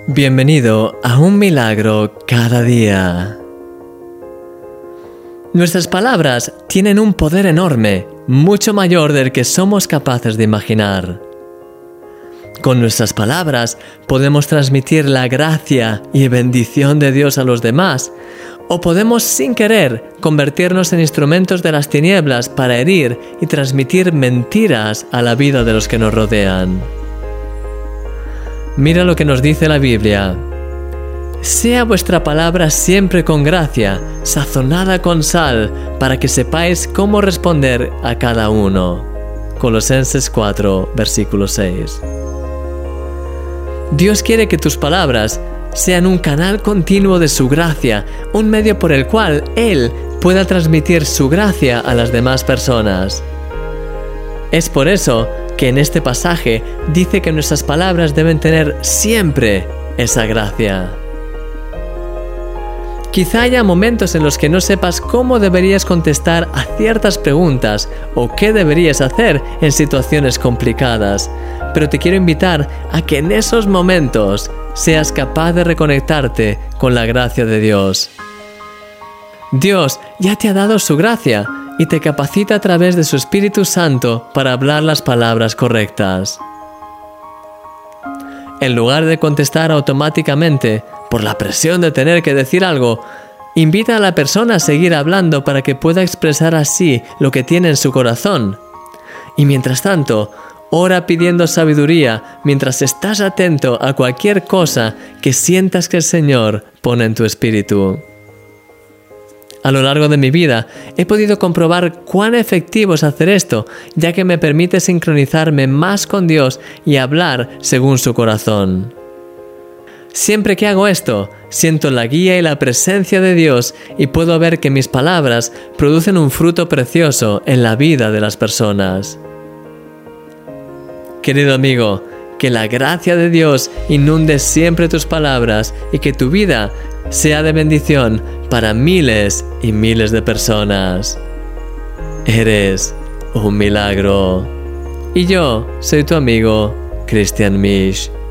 Bienvenido a un milagro cada día. Nuestras palabras tienen un poder enorme, mucho mayor del que somos capaces de imaginar. Con nuestras palabras podemos transmitir la gracia y bendición de Dios a los demás, o podemos sin querer convertirnos en instrumentos de las tinieblas para herir y transmitir mentiras a la vida de los que nos rodean. Mira lo que nos dice la Biblia. Sea vuestra palabra siempre con gracia, sazonada con sal, para que sepáis cómo responder a cada uno. Colosenses 4, versículo 6. Dios quiere que tus palabras sean un canal continuo de su gracia, un medio por el cual Él pueda transmitir su gracia a las demás personas. Es por eso que en este pasaje dice que nuestras palabras deben tener siempre esa gracia. Quizá haya momentos en los que no sepas cómo deberías contestar a ciertas preguntas o qué deberías hacer en situaciones complicadas, pero te quiero invitar a que en esos momentos seas capaz de reconectarte con la gracia de Dios. Dios ya te ha dado su gracia y te capacita a través de su Espíritu Santo para hablar las palabras correctas. En lugar de contestar automáticamente por la presión de tener que decir algo, invita a la persona a seguir hablando para que pueda expresar así lo que tiene en su corazón. Y mientras tanto, ora pidiendo sabiduría mientras estás atento a cualquier cosa que sientas que el Señor pone en tu espíritu. A lo largo de mi vida he podido comprobar cuán efectivo es hacer esto, ya que me permite sincronizarme más con Dios y hablar según su corazón. Siempre que hago esto, siento la guía y la presencia de Dios y puedo ver que mis palabras producen un fruto precioso en la vida de las personas. Querido amigo, que la gracia de Dios inunde siempre tus palabras y que tu vida sea de bendición para miles y miles de personas. Eres un milagro. Y yo soy tu amigo, Christian Misch.